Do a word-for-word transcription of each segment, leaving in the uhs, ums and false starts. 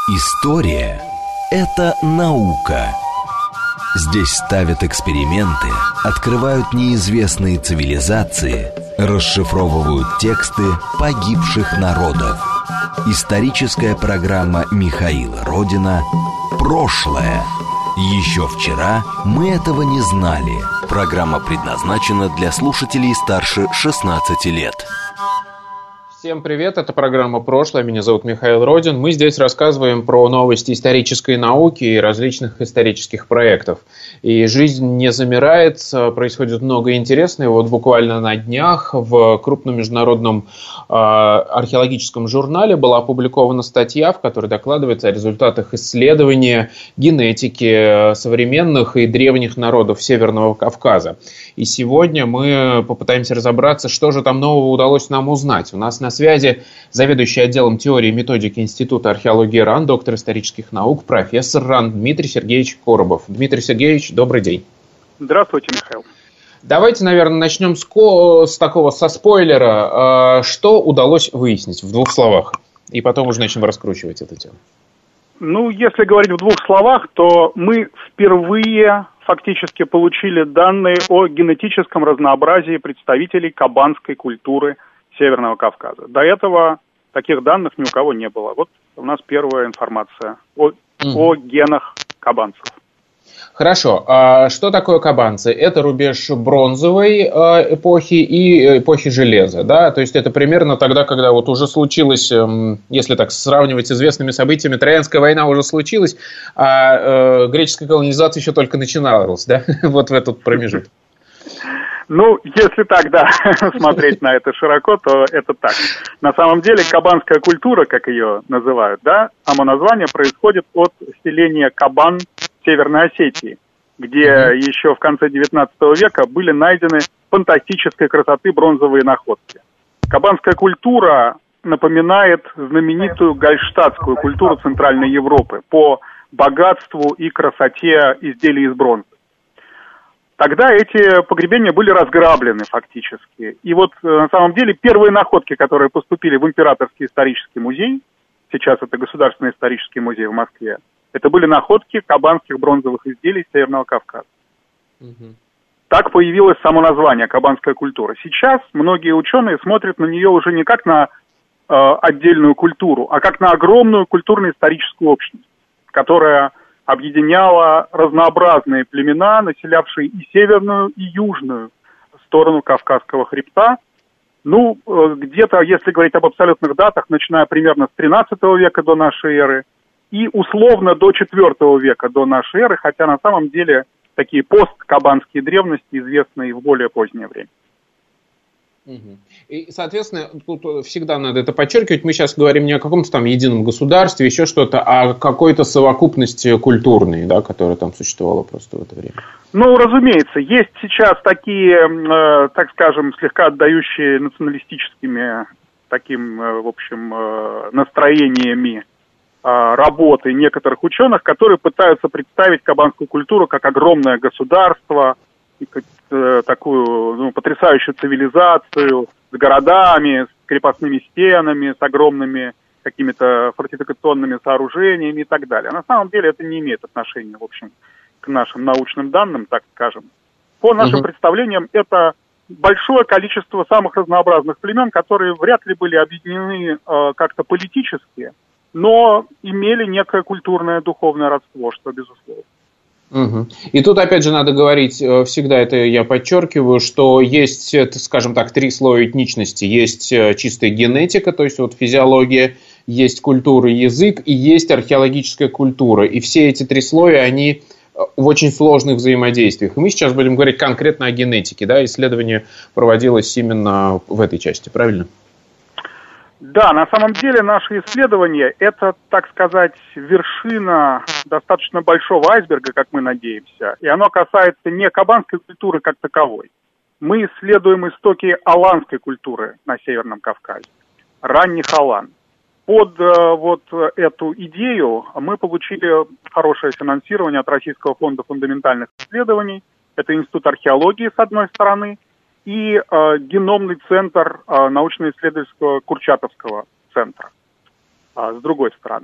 История – это наука. Здесь ставят эксперименты, открывают неизвестные цивилизации, расшифровывают тексты погибших народов. Историческая программа Михаила Родина «Прошлое». Еще вчера мы этого не знали. Программа предназначена для слушателей старше шестнадцати лет. Всем привет, это программа «Прошлое», меня зовут Михаил Родин. Мы здесь рассказываем про новости исторической науки и различных исторических проектов. И жизнь не замирает, происходит много интересного. Вот буквально на днях в крупном международном э, археологическом журнале была опубликована статья, в которой докладывается о результатах исследования генетики современных и древних народов Северного Кавказа. И сегодня мы попытаемся разобраться, что же там нового удалось нам узнать. У нас на связи заведующий отделом теории и методики Института археологии РАН, доктор исторических наук, профессор РАН Дмитрий Сергеевич Коробов. Дмитрий Сергеевич, добрый день. Здравствуйте, Михаил. Давайте, наверное, начнем с, ко- с такого, со спойлера. Что удалось выяснить в двух словах? И потом уже начнем раскручивать эту тему. Ну, если говорить в двух словах, то мы впервые фактически получили данные о генетическом разнообразии представителей кабанской культуры Северного Кавказа. До этого таких данных ни у кого не было. Вот у нас первая информация о, mm. о генах кабанцев. Хорошо. А что такое кабанцы? Это рубеж бронзовой эпохи и эпохи железа, да? То есть это примерно тогда, когда вот уже случилось, если так сравнивать с известными событиями, Троянская война уже случилась, а греческая колонизация еще только начиналась, да? Вот в этот промежуток. Ну, если так, да, смотреть на это широко, то это так. На самом деле, кабанская культура, как ее называют, да, само название происходит от селения Кабан Северной Осетии, где mm-hmm. еще в конце девятнадцатого века были найдены фантастической красоты бронзовые находки. Кабанская культура напоминает знаменитую гальштатскую культуру Центральной Европы по богатству и красоте изделий из бронзы. Тогда эти погребения были разграблены фактически. И вот на самом деле первые находки, которые поступили в Императорский исторический музей, сейчас это Государственный исторический музей в Москве, это были находки кабанских бронзовых изделий Северного Кавказа. Угу. Так появилось само название «кабанская культура». Сейчас многие ученые смотрят на нее уже не как на э, отдельную культуру, а как на огромную культурно-историческую общность, которая объединяла разнообразные племена, населявшие и северную, и южную сторону Кавказского хребта. Ну, э, где-то, если говорить об абсолютных датах, начиная примерно с тринадцатого века до нашей эры, и условно до четвёртого века до нашей эры, хотя на самом деле такие посткабанские древности известны и в более позднее время. И, соответственно, тут всегда надо это подчеркивать. Мы сейчас говорим не о каком-то там едином государстве, еще что-то, а о какой-то совокупности культурной, да, которая там существовала просто в это время. Ну, разумеется, есть сейчас такие, э, так скажем, слегка отдающие националистическими таким, э, в общем, э, настроениями работы некоторых ученых, которые пытаются представить кабанскую культуру как огромное государство, и как, э, такую ну, потрясающую цивилизацию с городами, с крепостными стенами, с огромными какими-то фортификационными сооружениями и так далее. А на самом деле это не имеет отношения, в общем, к нашим научным данным, так скажем. По нашим угу. представлениям, это большое количество самых разнообразных племен, которые вряд ли были объединены э, как-то политически, но имели некое культурное, духовное родство, что безусловно. Угу. И тут опять же надо говорить, всегда это я подчеркиваю, что есть, скажем так, три слоя этничности. Есть чистая генетика, то есть вот физиология, есть культура и язык, и есть археологическая культура. И все эти три слоя, они в очень сложных взаимодействиях. И мы сейчас будем говорить конкретно о генетике. Да? Исследование проводилось именно в этой части, правильно? Да, на самом деле наши исследования – это, так сказать, вершина достаточно большого айсберга, как мы надеемся, и оно касается не кабанской культуры как таковой. Мы исследуем истоки аланской культуры на Северном Кавказе, ранних алан. Под э, вот эту идею мы получили хорошее финансирование от Российского фонда фундаментальных исследований, это Институт археологии с одной стороны, и э, геномный центр э, научно-исследовательского Курчатовского центра, э, с другой стороны.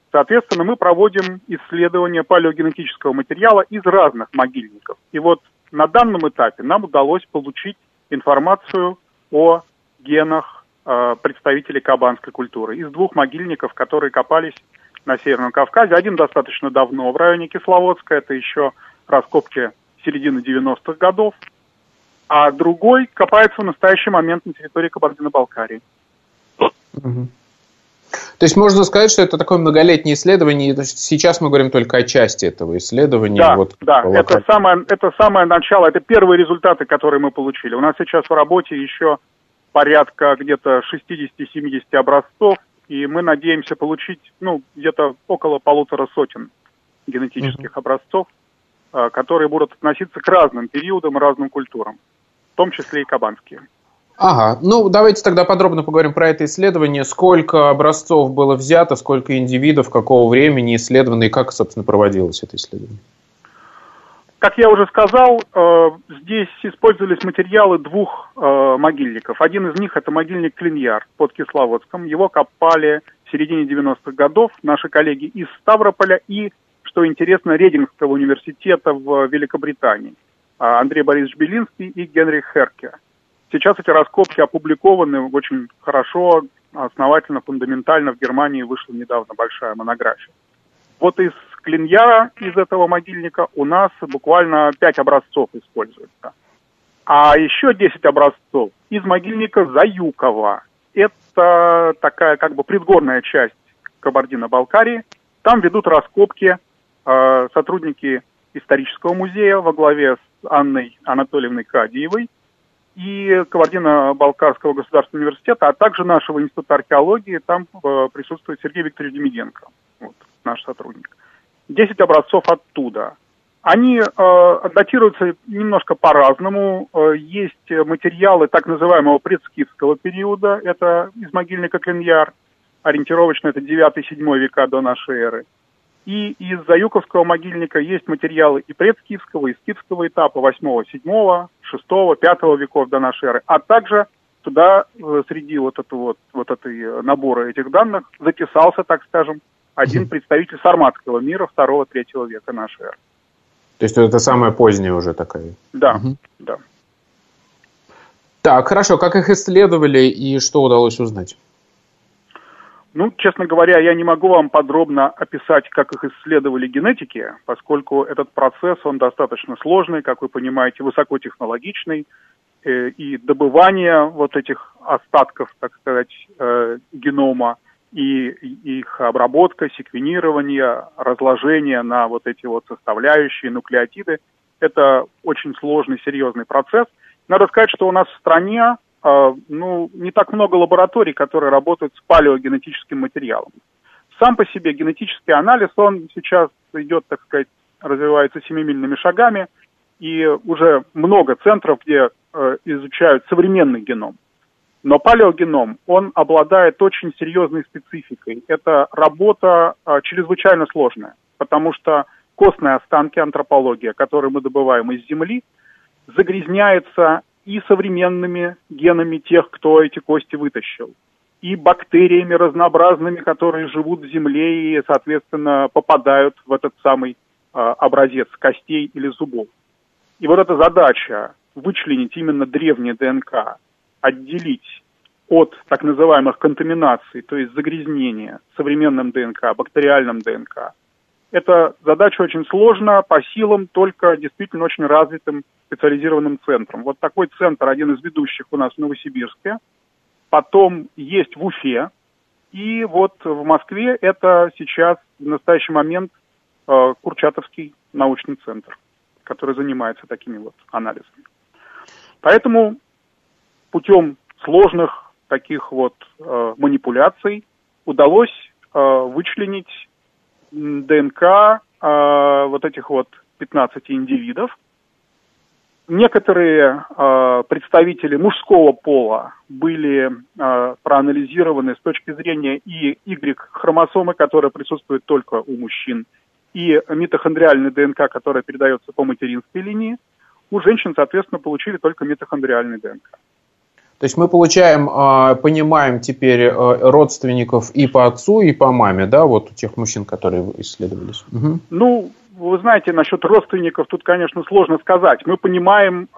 Соответственно, мы проводим исследования палеогенетического материала из разных могильников. И вот на данном этапе нам удалось получить информацию о генах э, представителей кабанской культуры из двух могильников, которые копались на Северном Кавказе. Один достаточно давно в районе Кисловодска, это еще раскопки середины девяностых годов, а другой копается в настоящий момент на территории Кабардино-Балкарии. Угу. То есть можно сказать, что это такое многолетнее исследование, и сейчас мы говорим только о части этого исследования. Да, вот, да, это самое, это самое начало, это первые результаты, которые мы получили. У нас сейчас в работе еще порядка где-то шестьдесят-семьдесят образцов, и мы надеемся получить ну, где-то около полутора сотен генетических uh-huh. образцов, которые будут относиться к разным периодам и разным культурам, в том числе и кабанские. Ага, ну давайте тогда подробно поговорим про это исследование. Сколько образцов было взято, сколько индивидов, какого времени исследовано и как, собственно, проводилось это исследование? Как я уже сказал, здесь использовались материалы двух могильников. Один из них это могильник Клиньяр под Кисловодском. Его копали в середине девяностых годов наши коллеги из Ставрополя и, что интересно, Рейдингского университета в Великобритании. Андрей Борисович Белинский и Генрих Херке. Сейчас эти раскопки опубликованы очень хорошо, основательно, фундаментально. В Германии вышла недавно большая монография. Вот из Клиньяра, из этого могильника, у нас буквально пять образцов используется. А еще десять образцов из могильника Заюкова. Это такая как бы предгорная часть Кабардино-Балкарии. Там ведут раскопки э, сотрудники исторического музея во главе с Анной Анатольевной Кадиевой и Кабардино-Балкарского государственного университета, а также нашего института археологии. Там э, присутствует Сергей Викторович Демиденко, вот, наш сотрудник. Десять образцов оттуда. Они э, датируются немножко по-разному. Э, есть материалы так называемого предскифского периода, это из могильника Клиньяр, ориентировочно это девятый-седьмой века до нашей эры. И из Заюковского могильника есть материалы и предскифского, и скифского этапа восьмого, седьмого, шестого, пятого веков до нашей эры. А также туда, среди вот этого вот, вот этой набора этих данных, затесался, так скажем, один представитель сарматского мира второго-третьего века нашей эры. То есть это самая поздняя уже такая? Да, угу. да. Так, хорошо. Как их исследовали и что удалось узнать? Ну, честно говоря, я не могу вам подробно описать, как их исследовали генетики, поскольку этот процесс, он достаточно сложный, как вы понимаете, высокотехнологичный, э, и добывание вот этих остатков, так сказать, э, генома, и, и их обработка, секвенирование, разложение на вот эти вот составляющие, нуклеотиды, это очень сложный, серьезный процесс. Надо сказать, что у нас в стране ну, не так много лабораторий, которые работают с палеогенетическим материалом. Сам по себе генетический анализ, он сейчас идет, так сказать, развивается семимильными шагами, и уже много центров, где э, изучают современный геном. Но палеогеном, он обладает очень серьезной спецификой. Это работа э, чрезвычайно сложная, потому что костные останки, антропология, которые мы добываем из земли, загрязняется и современными генами тех, кто эти кости вытащил, и бактериями разнообразными, которые живут в земле и, соответственно, попадают в этот самый э, образец костей или зубов. И вот эта задача вычленить именно древнее ДНК, отделить от так называемых контаминаций, то есть загрязнения современным ДНК, бактериальным ДНК, эта задача очень сложна, по силам только действительно очень развитым специализированным центром. Вот такой центр, один из ведущих у нас в Новосибирске, потом есть в Уфе, и вот в Москве это сейчас в настоящий момент э, Курчатовский научный центр, который занимается такими вот анализами. Поэтому путем сложных таких вот э, манипуляций удалось э, вычленить ДНК э, вот этих вот пятнадцати индивидов. Некоторые э, представители мужского пола были э, проанализированы с точки зрения и Y-хромосомы, которая присутствует только у мужчин, и митохондриальной ДНК, которая передается по материнской линии. У женщин, соответственно, получили только митохондриальный ДНК. То есть мы получаем, понимаем теперь родственников и по отцу, и по маме, да, вот у тех мужчин, которые исследовались? Угу. Ну, вы знаете, насчет родственников тут, конечно, сложно сказать. Мы понимаем,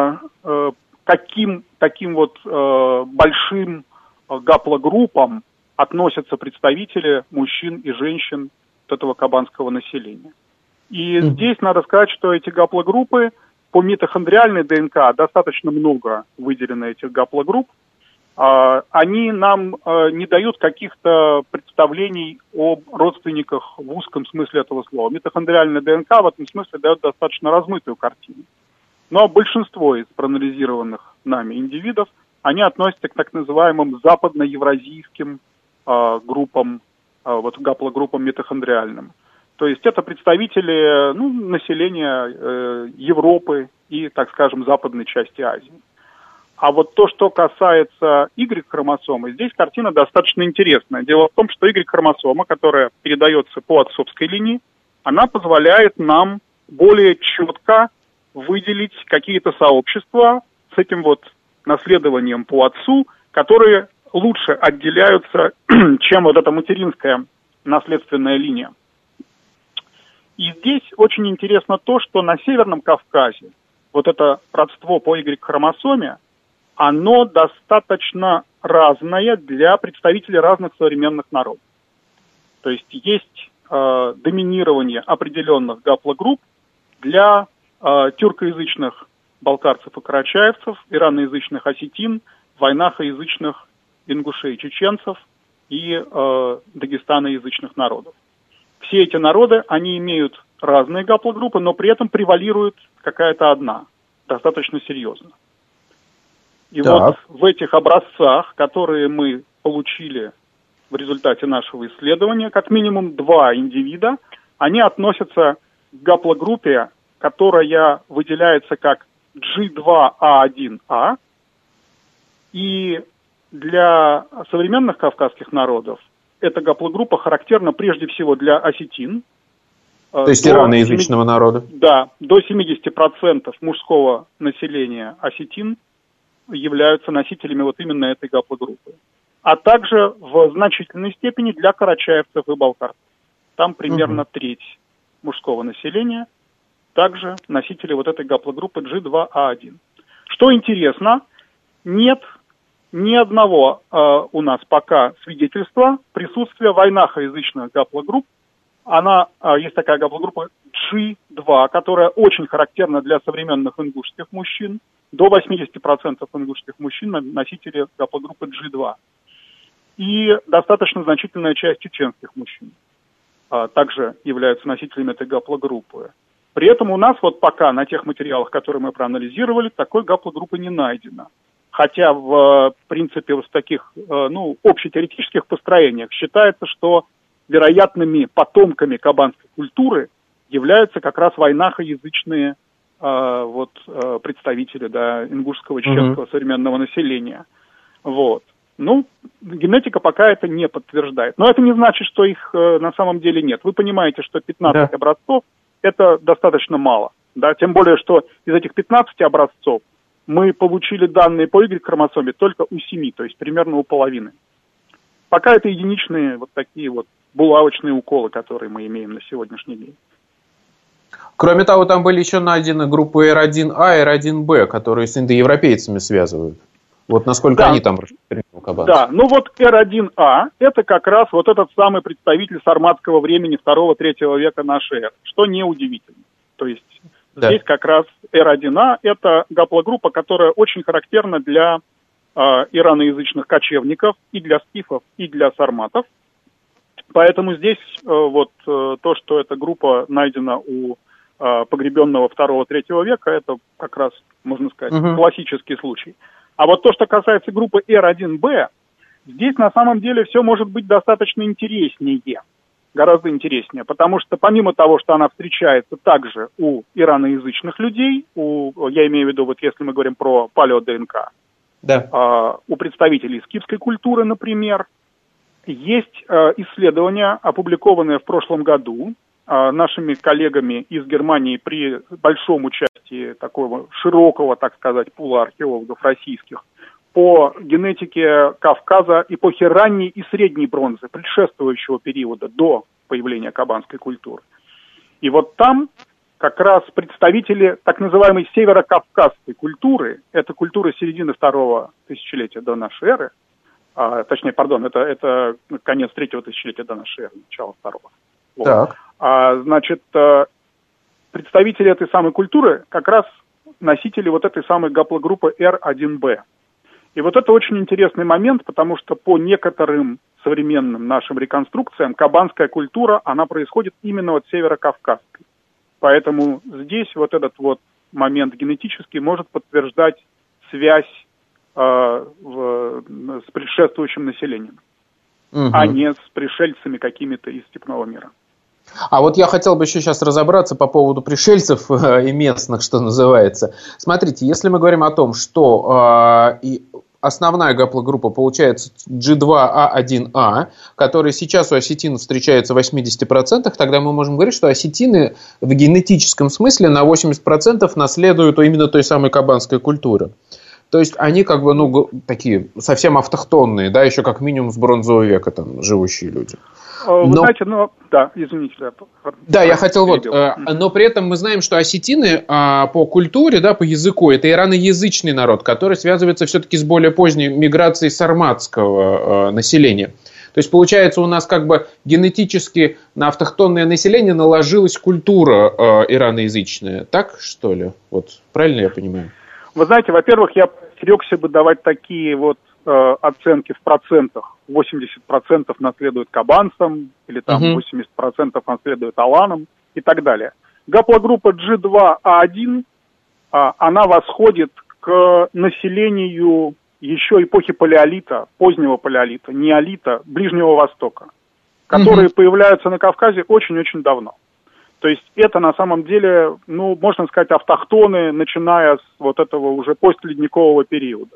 каким таким вот большим гаплогруппам относятся представители мужчин и женщин от этого кабанского населения. И mm-hmm. здесь надо сказать, что эти гаплогруппы по митохондриальной ДНК достаточно много выделено этих гаплогрупп. А, они нам а, не дают каких-то представлений об родственниках в узком смысле этого слова. Митохондриальная ДНК в этом смысле дает достаточно размытую картину. Но большинство из проанализированных нами индивидов, они относятся к так называемым западноевразийским а, группам, а, вот гаплогруппам митохондриальным. То есть это представители ну, населения э, Европы и, так скажем, западной части Азии. А вот то, что касается Y-хромосомы, здесь картина достаточно интересная. Дело в том, что Y-хромосома, которая передается по отцовской линии, она позволяет нам более четко выделить какие-то сообщества с этим вот наследованием по отцу, которые лучше отделяются, чем вот эта материнская наследственная линия. И здесь очень интересно то, что на Северном Кавказе вот это родство по Y-хромосоме, оно достаточно разное для представителей разных современных народов. То есть есть э, доминирование определенных гаплогрупп для э, тюркоязычных балкарцев и карачаевцев, ираноязычных осетин, вайнахоязычных ингушей и чеченцев и э, дагестаноязычных народов. Все эти народы, они имеют разные гаплогруппы, но при этом превалирует какая-то одна, достаточно серьезно. И так. вот в этих образцах, которые мы получили в результате нашего исследования, как минимум два индивида, они относятся к гаплогруппе, которая выделяется как джи два а один а, и для современных кавказских народов эта гаплогруппа характерна прежде всего для осетин. То есть ираноязычного народа? Да, до семьдесят процентов мужского населения осетин являются носителями вот именно этой гаплогруппы. А также в значительной степени для карачаевцев и балкарцев. Там примерно угу. треть мужского населения также носители вот этой гаплогруппы джи два а один. Что интересно, нет ни одного э, у нас пока свидетельства присутствия вайнахоязычных гаплогрупп. Она, э, есть такая гаплогруппа джи два, которая очень характерна для современных ингушских мужчин. До восемьдесят процентов ингушских мужчин носители гаплогруппы джи два. И достаточно значительная часть чеченских мужчин э, также являются носителями этой гаплогруппы. При этом у нас вот пока на тех материалах, которые мы проанализировали, такой гаплогруппы не найдено. Хотя в принципе в таких ну, общетеоретических построениях считается, что вероятными потомками кабанской культуры являются как раз вайнахоязычные э, вот, э, представители да, ингушского, чеченского mm-hmm. современного населения. Вот. Ну, генетика пока это не подтверждает. Но это не значит, что их э, на самом деле нет. Вы понимаете, что пятнадцать yeah. образцов – это достаточно мало. Да? Тем более, что из этих пятнадцати образцов мы получили данные по Y-хромосоме только у семи, то есть примерно у половины. Пока это единичные вот такие вот булавочные уколы, которые мы имеем на сегодняшний день. Кроме того, там были еще найдены группы эр один а и эр один бэ, которые с индоевропейцами связывают. Вот насколько да. они там распространены у кабанцев. Да, ну вот эр один а это как раз вот этот самый представитель сарматского времени второго-третьего века нашей эры, что неудивительно. То есть да. здесь как раз эр один а это гаплогруппа, которая очень характерна для э, ираноязычных кочевников, и для скифов, и для сарматов. Поэтому здесь э, вот э, то, что эта группа найдена у э, погребенного второго-третьего века, это как раз, можно сказать, угу. классический случай. А вот то, что касается группы эр один бэ, здесь на самом деле все может быть достаточно интереснее, гораздо интереснее, потому что помимо того, что она встречается также у ираноязычных людей, у, я имею в виду, вот если мы говорим про палео-ДНК, да. э, у представителей скифской культуры, например, есть э, исследования, опубликованные в прошлом году э, нашими коллегами из Германии при большом участии такого широкого, так сказать, пула археологов российских по генетике Кавказа эпохи ранней и средней бронзы, предшествующего периода, до появления кабанской культуры. И вот там как раз представители так называемой северокавказской культуры, это культура середины второго тысячелетия до нашей эры, а, точнее, пардон, это, это конец третьего тысячелетия до нашей эры, начало второго. Вот. Так. А, значит, представители этой самой культуры как раз носители вот этой самой гаплогруппы эр один бэ. И вот это очень интересный момент, потому что по некоторым современным нашим реконструкциям кабанская культура, она происходит именно от северокавказской. Поэтому здесь вот этот вот момент генетический может подтверждать связь э, в, с предшествующим населением, угу. а не с пришельцами какими-то из степного мира. А вот я хотел бы еще сейчас разобраться по поводу пришельцев и местных, что называется. Смотрите, если мы говорим о том, что э, и основная гаплогруппа получается джи два а один а, который сейчас у осетинов встречается в восемьдесят процентов, тогда мы можем говорить, что осетины в генетическом смысле на восемьдесят процентов наследуют именно той самой кабанской культуры. То есть они как бы, ну, такие совсем автохтонные, да, еще как минимум с бронзового века там живущие люди. Вы но... знаете, ну, да, извините. Да, да я хотел вот, э, но при этом мы знаем, что осетины э, по культуре, да, по языку, это ираноязычный народ, который связывается все-таки с более поздней миграцией сарматского э, населения. То есть, получается, у нас как бы генетически на автохтонное население наложилась культура э, ираноязычная. Так, что ли? Вот, правильно я понимаю? Вы знаете, во-первых, я постерегся бы давать такие вот э, оценки в процентах. восемьдесят процентов наследует кабанцам, или там uh-huh. восемьдесят процентов наследует аланам и так далее. Гаплогруппа джи два а один, а, она восходит к населению еще эпохи палеолита, позднего палеолита, неолита, Ближнего Востока, которые uh-huh. появляются на Кавказе очень-очень давно. То есть это на самом деле, ну, можно сказать, автохтоны, начиная с вот этого уже постледникового периода.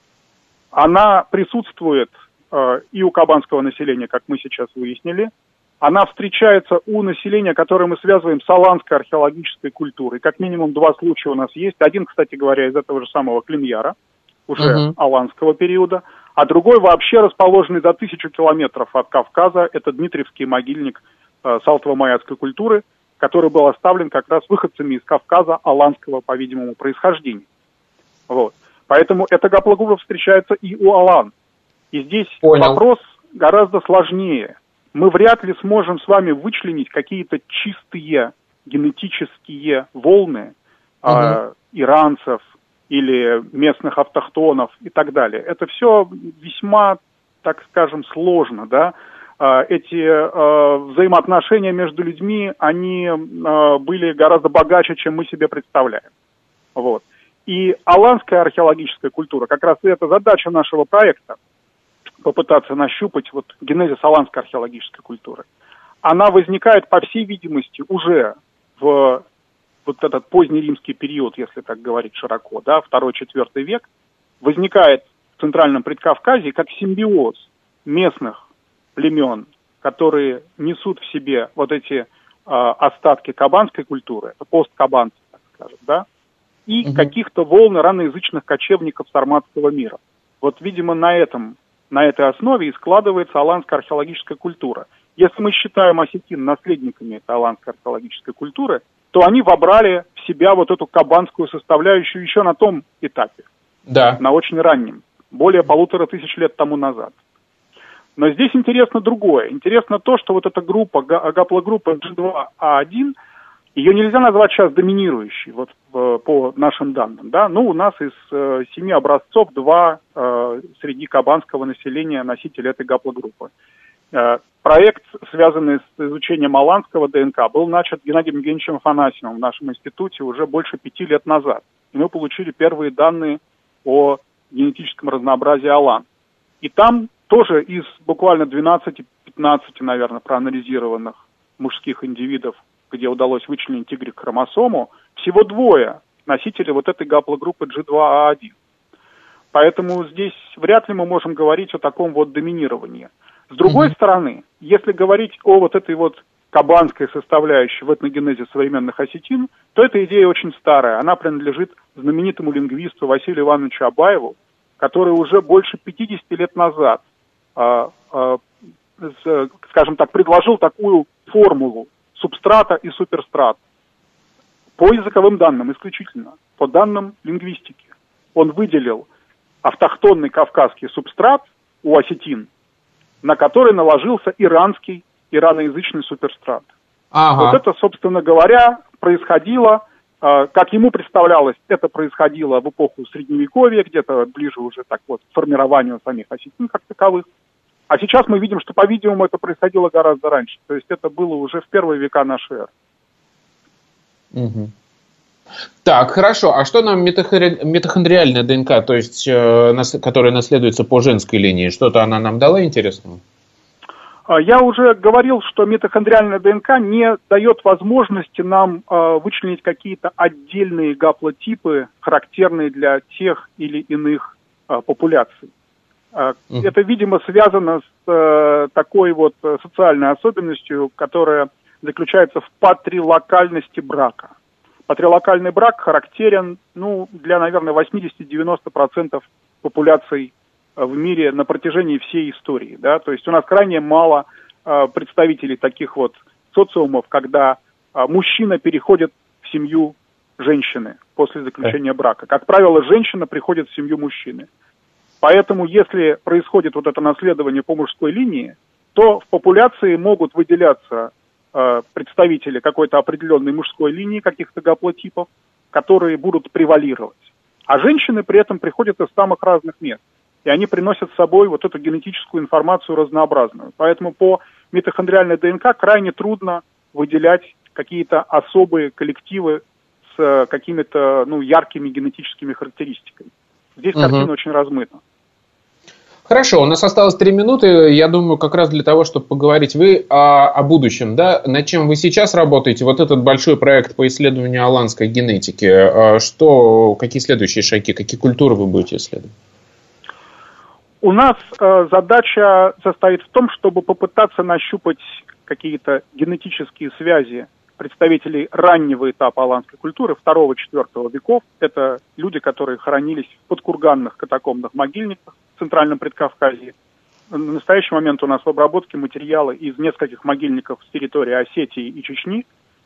Она присутствует э, и у кабанского населения, как мы сейчас выяснили. Она встречается у населения, которое мы связываем с аланской археологической культурой. Как минимум два случая у нас есть. Один, кстати говоря, из этого же самого Клиньяра, уже uh-huh. аланского периода, а другой вообще расположенный за тысячу километров от Кавказа. Это Дмитриевский могильник э, салтово-маяцкой культуры, который был оставлен как раз выходцами из Кавказа аланского, по-видимому, происхождения. Вот. Поэтому эта гаплогруппа встречается и у алан. И здесь Понял. Вопрос гораздо сложнее. Мы вряд ли сможем с вами вычленить какие-то чистые генетические волны угу. э, иранцев или местных автохтонов и так далее. Это все весьма, так скажем, сложно, да. Эти э, взаимоотношения между людьми, они э, были гораздо богаче, чем мы себе представляем. Вот. И аланская археологическая культура, как раз и это задача нашего проекта, попытаться нащупать вот генезис аланской археологической культуры. Она возникает, по всей видимости, уже в вот этот поздний римский период, если так говорить широко, да, второй-четвертый век, возникает в Центральном Предкавказье как симбиоз местных племен, которые несут в себе вот эти э, остатки кабанской культуры, это посткабанцы, так скажем, да, и угу. каких-то волн ираноязычных кочевников сарматского мира. Вот, видимо, на этом, на этой основе и складывается аланская археологическая культура. Если мы считаем осетин наследниками этой аланской археологической культуры, то они вобрали в себя вот эту кабанскую составляющую еще на том этапе, да. на очень раннем, более полутора тысяч лет тому назад. Но здесь интересно другое. Интересно то, что вот эта группа, гаплогруппа джи два а один, ее нельзя назвать сейчас доминирующей, вот по нашим данным. Да? Ну, у нас из э, семи образцов два э, среди кабанского населения носителя этой гаплогруппы. Э, проект, связанный с изучением аланского ДНК, был начат Геннадием Евгеньевичем Афанасьевым в нашем институте уже больше пяти лет назад. И мы получили первые данные о генетическом разнообразии алан. И там тоже из буквально двенадцати-пятнадцати, наверное, проанализированных мужских индивидов, где удалось вычленить Y-хромосому, всего двое носители вот этой гаплогруппы джи два а один. Поэтому здесь вряд ли мы можем говорить о таком вот доминировании. С другой mm-hmm. стороны, если говорить о вот этой вот кабанской составляющей в этногенезе современных осетин, то эта идея очень старая. Она принадлежит знаменитому лингвисту Василию Ивановичу Абаеву, который уже больше пятидесяти лет назад, э, э, с, скажем так, предложил такую формулу субстрата и суперстрата по языковым данным исключительно, по данным лингвистики. Он выделил автохтонный кавказский субстрат у осетин, на который наложился иранский, ираноязычный суперстрат. Ага. Вот это, собственно говоря, происходило, э, как ему представлялось, это происходило в эпоху Средневековья, где-то ближе уже так вот к формированию самих осетин как таковых. А сейчас мы видим, что, по-видимому, это происходило гораздо раньше. То есть это было уже в первые века нашей эры. Угу. Так, хорошо. А что нам митохондри... митохондриальная ДНК, то есть, э, нас... которая наследуется по женской линии, что-то она нам дала интересного? Я уже говорил, что митохондриальная ДНК не дает возможности нам э, вычленить какие-то отдельные гаплотипы, характерные для тех или иных э, популяций. Э, uh-huh. Это, видимо, связано с э, такой вот социальной особенностью, которая заключается в патрилокальности брака. Патрилокальный брак характерен, ну, для, наверное, восемьдесят-девяносто процентов популяций в мире на протяжении всей истории, да, то есть у нас крайне мало э, представителей таких вот социумов, когда э, мужчина переходит в семью женщины после заключения брака. Как правило, женщина приходит в семью мужчины. Поэтому, если происходит вот это наследование по мужской линии, то в популяции могут выделяться э, представители какой-то определенной мужской линии, каких-то гаплотипов, которые будут превалировать. А женщины при этом приходят из самых разных мест. И они приносят с собой вот эту генетическую информацию разнообразную. Поэтому по митохондриальной ДНК крайне трудно выделять какие-то особые коллективы с какими-то, ну, яркими генетическими характеристиками. Здесь угу. картина очень размыта. Хорошо, у нас осталось три минуты. Я думаю, как раз для того, чтобы поговорить вы о, о будущем, да, над чем вы сейчас работаете, вот этот большой проект по исследованию аланской генетики, что, какие следующие шаги, какие культуры вы будете исследовать? У нас э, задача состоит в том, чтобы попытаться нащупать какие-то генетические связи представителей раннего этапа аланской культуры, второго-четвёртого веков. Это люди, которые хоронились в подкурганных катакомбных могильниках в Центральном Предкавказье. На настоящий момент у нас в обработке материалы из нескольких могильников с территории Осетии и Чечни.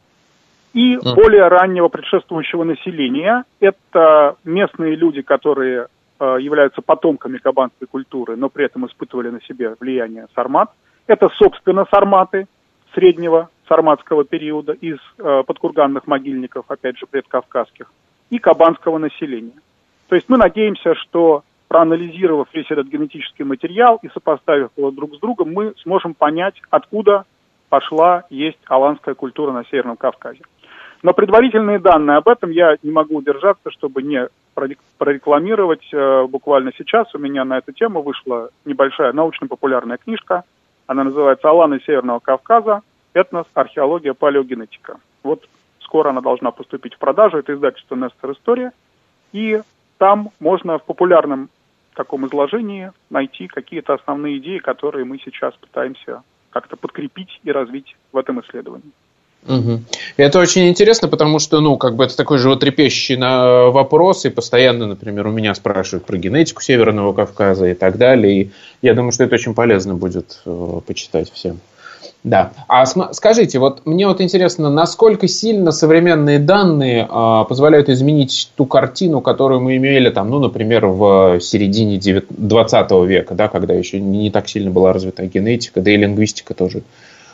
И mm. более раннего предшествующего населения. Это местные люди, которые являются потомками кабанской культуры, но при этом испытывали на себе влияние сармат. Это, собственно, сарматы среднего сарматского периода из э, подкурганных могильников, опять же, предкавказских, и кабанского населения. То есть мы надеемся, что, проанализировав весь этот генетический материал и сопоставив его друг с другом, мы сможем понять, откуда пошла есть аланская культура на Северном Кавказе. Но предварительные данные об этом я не могу удержаться, чтобы не прорекламировать. Буквально сейчас у меня на эту тему вышла небольшая научно-популярная книжка. Она называется «Аланы Северного Кавказа. Этнос, археология, палеогенетика». Вот скоро она должна поступить в продажу. Это издательство «Нестор История». И там можно в популярном таком изложении найти какие-то основные идеи, которые мы сейчас пытаемся как-то подкрепить и развить в этом исследовании. Угу. Это очень интересно, потому что, ну, как бы это такой животрепещущий вопрос, и постоянно, например, у меня спрашивают про генетику Северного Кавказа и так далее, и я думаю, что это очень полезно будет э, почитать всем. Да. А см- скажите, вот мне вот интересно, насколько сильно современные данные э, позволяют изменить ту картину, которую мы имели, там, ну, например, в середине двадцатого века, да, когда еще не так сильно была развита генетика, да и лингвистика тоже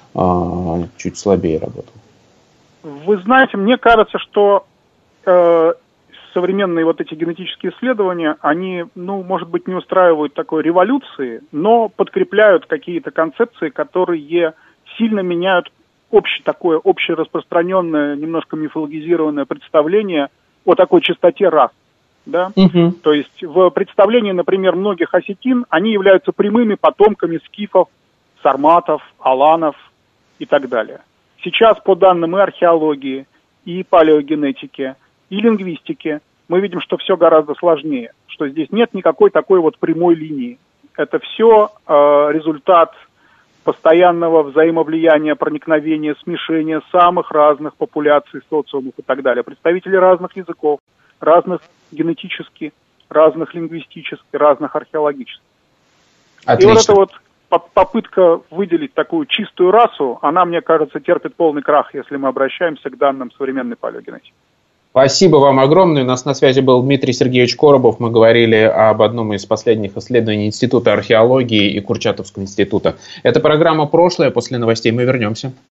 чуть слабее работал. Вы знаете, мне кажется, что э, современные вот эти генетические исследования, они, ну, может быть, не устраивают такой революции, но подкрепляют какие-то концепции, которые сильно меняют общее такое общераспространенное, немножко мифологизированное представление о такой чистоте рас. Да? Угу. То есть в представлении, например, многих осетин, они являются прямыми потомками скифов, сарматов, аланов и так далее. Сейчас по данным и археологии, и палеогенетики, и лингвистики мы видим, что все гораздо сложнее, что здесь нет никакой такой вот прямой линии. Это все э, результат постоянного взаимовлияния, проникновения, смешения самых разных популяций, социумов и так далее. Представители разных языков, разных генетически разных лингвистических, разных археологических. Отлично. И вот эта вот попытка выделить такую чистую расу, она, мне кажется, терпит полный крах, если мы обращаемся к данным современной палеогенетики. Спасибо вам огромное. У нас на связи был Дмитрий Сергеевич Коробов. Мы говорили об одном из последних исследований Института археологии и Курчатовского института. Это программа «Прошлое». После новостей мы вернемся.